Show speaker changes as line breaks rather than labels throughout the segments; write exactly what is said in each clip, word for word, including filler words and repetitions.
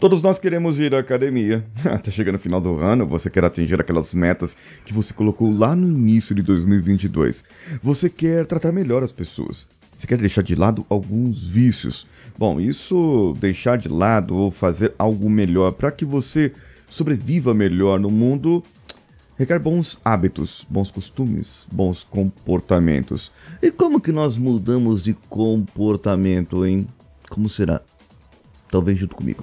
Todos nós queremos ir à academia. Tá chegando o final do ano, você quer atingir aquelas metas que você colocou lá no início de dois mil e vinte e dois. Você quer tratar melhor as pessoas. Você quer deixar de lado alguns vícios. Bom, isso deixar de lado ou fazer algo melhor para que você sobreviva melhor no mundo requer bons hábitos, bons costumes, bons comportamentos. E como que nós mudamos de comportamento, hein? Como será? Talvez junto comigo.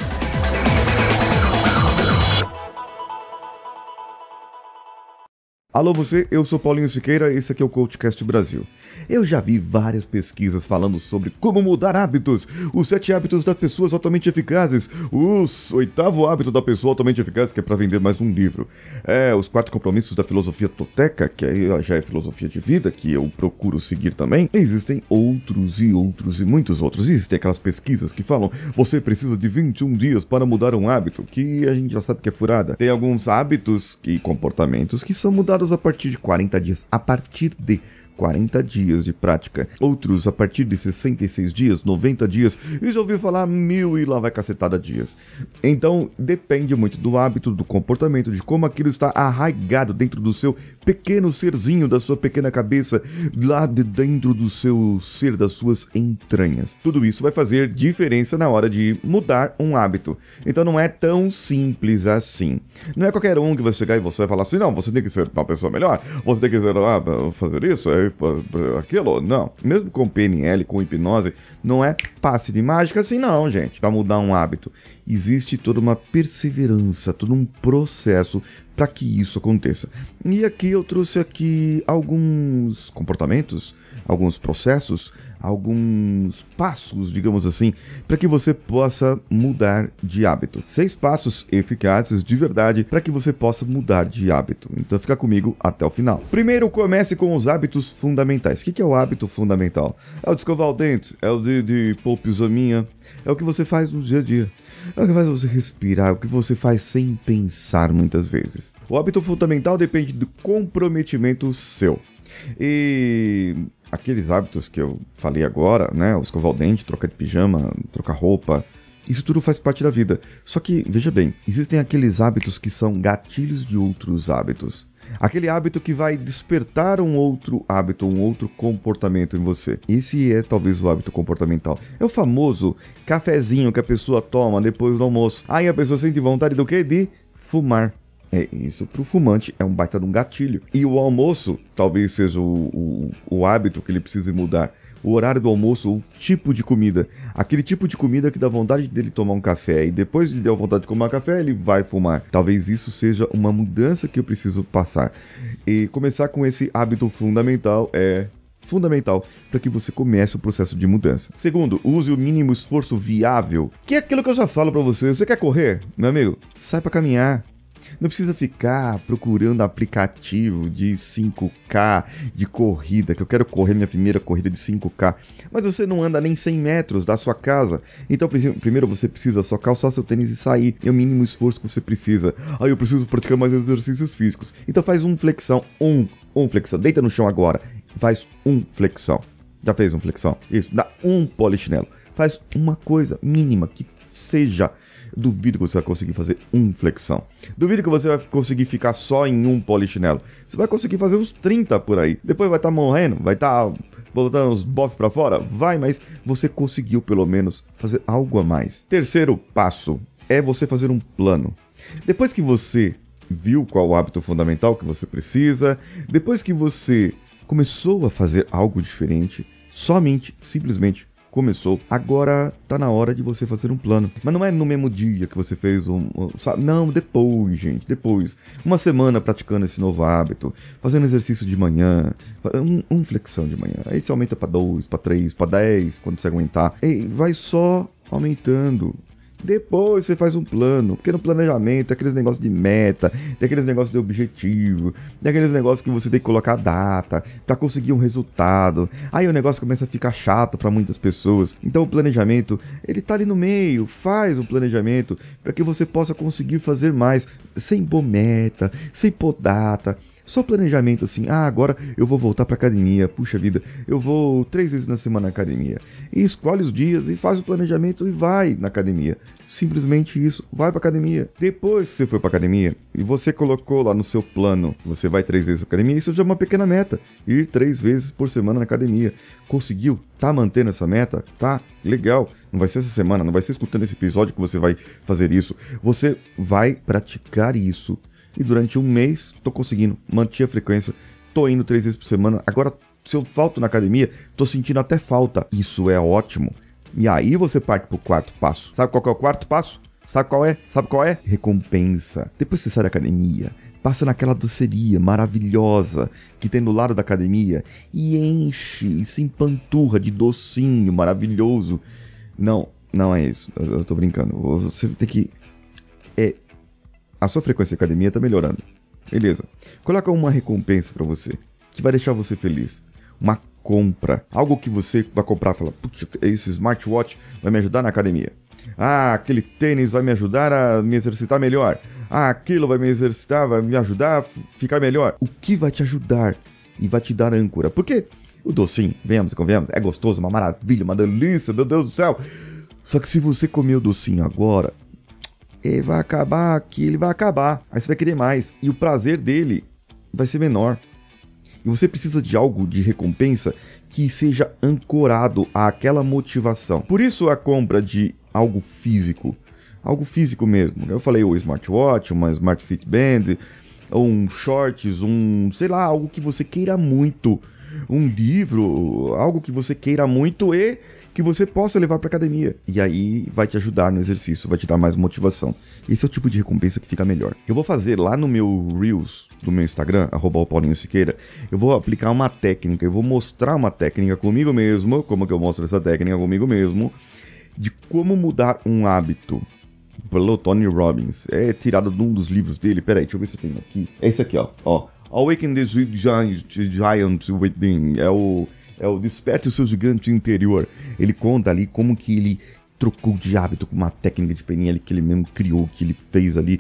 Alô você, eu sou Paulinho Siqueira, esse aqui é o CoachCast Brasil. Eu já vi várias pesquisas falando sobre como mudar hábitos, os sete hábitos das pessoas altamente eficazes, os oitavo hábito da pessoa altamente eficaz, que é para vender mais um livro, é, os quatro compromissos da filosofia tolteca, que aí já é filosofia de vida, que eu procuro seguir também. Existem outros e outros e muitos outros. Existem aquelas pesquisas que falam, você precisa de vinte e um dias para mudar um hábito, que a gente já sabe que é furada. Tem alguns hábitos e comportamentos que são mudados a partir de quarenta dias, a partir de quarenta dias de prática, outros a partir de sessenta e seis dias, noventa dias, e já ouvi falar mil e lá vai cacetada dias. Então, depende muito do hábito, do comportamento, de como aquilo está arraigado dentro do seu pequeno serzinho, da sua pequena cabeça, lá de dentro do seu ser, das suas entranhas. Tudo isso vai fazer diferença na hora de mudar um hábito. Então não é tão simples assim. Não é qualquer um que vai chegar e você vai falar assim, não, você tem que ser uma pessoa melhor, você tem que ser, ah, fazer isso, é aquilo, não. Mesmo com P N L, com hipnose, não é passe de mágica assim não, gente, para mudar um hábito. Existe toda uma perseverança, todo um processo para que isso aconteça. E aqui eu trouxe aqui alguns comportamentos, alguns processos, alguns passos, digamos assim, para que você possa mudar de hábito. Seis passos eficazes de verdade para que você possa mudar de hábito. Então fica comigo até o final. Primeiro, comece com os hábitos fundamentais. O que é o hábito fundamental? É o de escovar o dente, é o de, de pôr pijaminha, é o que você faz no dia a dia. É o que faz você respirar, é o que você faz sem pensar muitas vezes. O hábito fundamental depende do comprometimento seu. E aqueles hábitos que eu falei agora, né? O escovar o dente, trocar de pijama, trocar roupa, isso tudo faz parte da vida. Só que, veja bem, existem aqueles hábitos que são gatilhos de outros hábitos. Aquele hábito que vai despertar um outro hábito, um outro comportamento em você. Esse é talvez o hábito comportamental. É o famoso cafezinho que a pessoa toma depois do almoço. Aí a pessoa sente vontade do quê? De fumar. É, isso pro fumante é um baita de um gatilho. E o almoço talvez seja o, o, o hábito que ele precise mudar. O horário do almoço, o tipo de comida. Aquele tipo de comida que dá vontade dele tomar um café. E depois de dar vontade de tomar um café, ele vai fumar. Talvez isso seja uma mudança que eu preciso passar. E começar com esse hábito fundamental é fundamental para que você comece o processo de mudança. Segundo, use o mínimo esforço viável. Que é aquilo que eu já falo para você. Você quer correr? Meu amigo, sai para caminhar. Não precisa ficar procurando aplicativo de cinco K de corrida, que eu quero correr minha primeira corrida de cinco K. Mas você não anda nem cem metros da sua casa. Então, primeiro você precisa só calçar seu tênis e sair. É o mínimo esforço que você precisa. Ah, eu preciso praticar mais exercícios físicos. Então faz um flexão. Um. Um flexão. Deita no chão agora. Faz um flexão. Já fez um flexão? Isso. Dá um polichinelo. Faz uma coisa mínima que seja. Duvido que você vai conseguir fazer um flexão. Duvido que você vai conseguir ficar só em um polichinelo. Você vai conseguir fazer uns trinta por aí. Depois vai estar tá morrendo, vai estar tá botando os bofs pra fora. Vai, mas você conseguiu pelo menos fazer algo a mais. Terceiro passo é você fazer um plano. Depois que você viu qual o hábito fundamental que você precisa, depois que você começou a fazer algo diferente, somente, simplesmente começou, agora tá na hora de você fazer um plano. Mas não é no mesmo dia que você fez um... um sabe? Não, depois, gente, depois. Uma semana praticando esse novo hábito, fazendo exercício de manhã, um, um flexão de manhã. Aí você aumenta para dois, para três, para dez, quando você aguentar. E vai só aumentando. Depois você faz um plano, porque no planejamento tem aqueles negócios de meta, tem aqueles negócios de objetivo, tem aqueles negócios que você tem que colocar data para conseguir um resultado. Aí o negócio começa a ficar chato para muitas pessoas. Então o planejamento, ele tá ali no meio, faz o planejamento para que você possa conseguir fazer mais, sem pôr meta, sem pôr data. Só planejamento assim, ah, agora eu vou voltar pra academia, puxa vida, eu vou três vezes na semana na academia. E escolhe os dias e faz o planejamento e vai na academia. Simplesmente isso, vai pra academia. Depois que você foi pra academia e você colocou lá no seu plano, você vai três vezes na academia, isso já é uma pequena meta. Ir três vezes por semana na academia. Conseguiu? Tá mantendo essa meta? Tá, legal. Não vai ser essa semana, não vai ser escutando esse episódio que você vai fazer isso. Você vai praticar isso. E durante um mês, tô conseguindo, manter a frequência, tô indo três vezes por semana. Agora, se eu falto na academia, tô sentindo até falta. Isso é ótimo. E aí você parte pro quarto passo. Sabe qual que é o quarto passo? Sabe qual é? Sabe qual é? Recompensa. Depois que você sai da academia, passa naquela doceria maravilhosa que tem do lado da academia e enche e se empanturra de docinho maravilhoso. Não, não é isso. Eu, eu tô brincando. Você tem que... É... A sua frequência de academia tá melhorando. Beleza. Coloca uma recompensa pra você, que vai deixar você feliz. Uma compra. Algo que você vai comprar e falar, putz, esse smartwatch vai me ajudar na academia. Ah, aquele tênis vai me ajudar a me exercitar melhor. Ah, aquilo vai me exercitar, vai me ajudar a ficar melhor. O que vai te ajudar e vai te dar âncora? Porque o docinho, venhamos e convenhamos, é gostoso, uma maravilha, uma delícia, meu Deus do céu. Só que se você comer o docinho agora, ele vai acabar aqui, ele vai acabar. Aí você vai querer mais. E o prazer dele vai ser menor. E você precisa de algo de recompensa que seja ancorado àquela motivação. Por isso a compra de algo físico. Algo físico mesmo. Eu falei o smartwatch, uma Smart Fit Band, ou um shorts, um, sei lá, algo que você queira muito. Um livro, algo que você queira muito e que você possa levar para academia. E aí vai te ajudar no exercício, vai te dar mais motivação. Esse é o tipo de recompensa que fica melhor. Eu vou fazer lá no meu Reels do meu Instagram, arroba o Paulinho Siqueira, eu vou aplicar uma técnica, eu vou mostrar uma técnica comigo mesmo, como que eu mostro essa técnica comigo mesmo, de como mudar um hábito. Pelo Tony Robbins. É tirado de um dos livros dele. Peraí, deixa eu ver se eu tenho aqui. É esse aqui, ó. ó. Awaken the Giant, Giant Within. É o... É o Desperte o Seu Gigante Interior. Ele conta ali como que ele trocou de hábito com uma técnica de P N L que ele mesmo criou, que ele fez ali,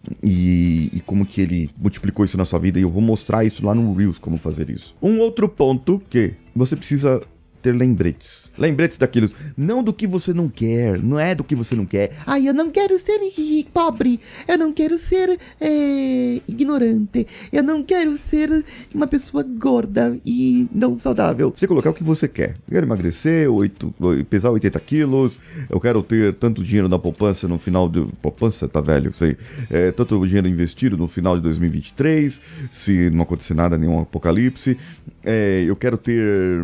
e, e como que ele multiplicou isso na sua vida. E eu vou mostrar isso lá no Reels, como fazer isso. Um outro ponto que você precisa ter lembretes. Lembretes daquilo, não do que você não quer, não é do que você não quer. Ai, eu não quero ser pobre, eu não quero ser é, ignorante, eu não quero ser uma pessoa gorda e não saudável. Você colocar o que você quer. Eu quero emagrecer, oito, pesar oitenta quilos, eu quero ter tanto dinheiro na poupança no final de... Poupança? Tá velho, sei. É, tanto dinheiro investido no final de dois mil e vinte e três, se não acontecer nada, nenhum apocalipse. É, eu quero ter...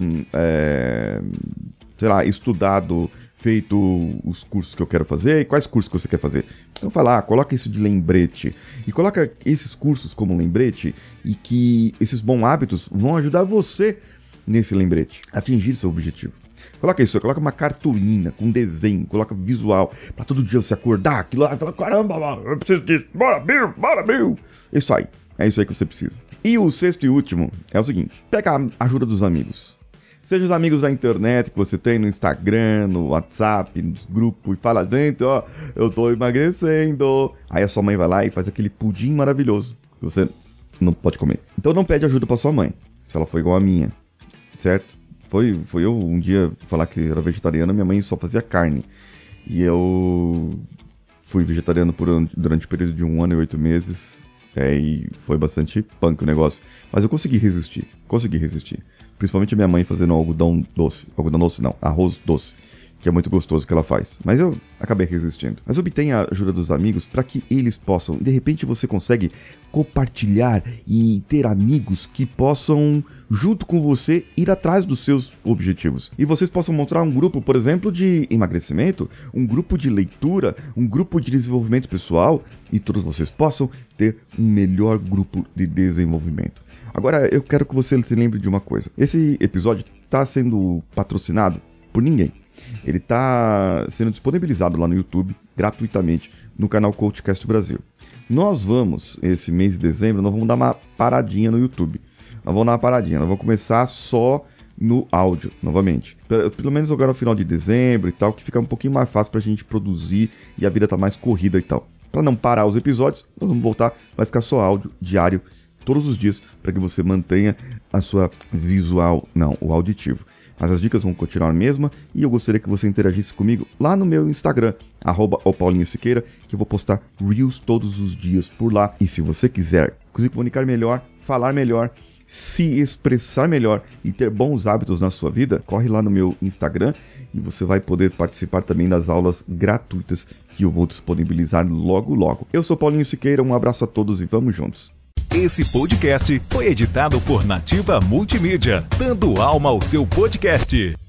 É, sei lá, estudado, feito os cursos que eu quero fazer. E quais cursos que você quer fazer? Então vai lá, coloca isso de lembrete. E coloca esses cursos como lembrete e que esses bons hábitos vão ajudar você nesse lembrete a atingir seu objetivo. Coloca isso, coloca uma cartolina com desenho, coloca visual, pra todo dia você acordar aquilo lá e falar, caramba, mano, eu preciso disso, bora, Bill, bora, Bill. Isso aí, é isso aí que você precisa. E o sexto e último é o seguinte, pega a ajuda dos amigos. Seja os amigos da internet que você tem no Instagram, no WhatsApp, nos grupos, e fala, gente, ó, eu tô emagrecendo. Aí a sua mãe vai lá e faz aquele pudim maravilhoso que você não pode comer. Então não pede ajuda pra sua mãe, se ela for igual a minha, certo? Foi, foi eu um dia falar que era vegetariano, minha mãe só fazia carne. E eu fui vegetariano por, durante o período de um ano e oito meses. É, e foi bastante punk o negócio. Mas eu consegui resistir, consegui resistir. Principalmente a minha mãe fazendo algodão doce. Algodão doce não, arroz doce. Que é muito gostoso que ela faz. Mas eu acabei resistindo. Mas obtenha a ajuda dos amigos para que eles possam... De repente você consegue compartilhar e ter amigos que possam, junto com você, ir atrás dos seus objetivos. E vocês possam montar um grupo, por exemplo, de emagrecimento, um grupo de leitura, um grupo de desenvolvimento pessoal, e todos vocês possam ter um melhor grupo de desenvolvimento. Agora, eu quero que você se lembre de uma coisa. Esse episódio está sendo patrocinado por ninguém. Ele está sendo disponibilizado lá no YouTube, gratuitamente, no canal CoachCast Brasil. Nós vamos, esse mês de dezembro, nós vamos dar uma paradinha no YouTube. Nós vamos dar uma paradinha, nós vamos começar só no áudio, novamente. Pelo menos agora no final de dezembro e tal, que fica um pouquinho mais fácil pra gente produzir e a vida tá mais corrida e tal. Para não parar os episódios, nós vamos voltar, vai ficar só áudio diário todos os dias para que você mantenha a sua visual, não, o auditivo. Mas as dicas vão continuar a mesma e eu gostaria que você interagisse comigo lá no meu Instagram, arroba o Paulinho Siqueira, que eu vou postar Reels todos os dias por lá. E se você quiser se comunicar melhor, falar melhor, se expressar melhor e ter bons hábitos na sua vida, corre lá no meu Instagram e você vai poder participar também das aulas gratuitas que eu vou disponibilizar logo logo. Eu sou Paulinho Siqueira, um abraço a todos e vamos juntos.
Esse podcast foi editado por Nativa Multimídia, dando alma ao seu podcast.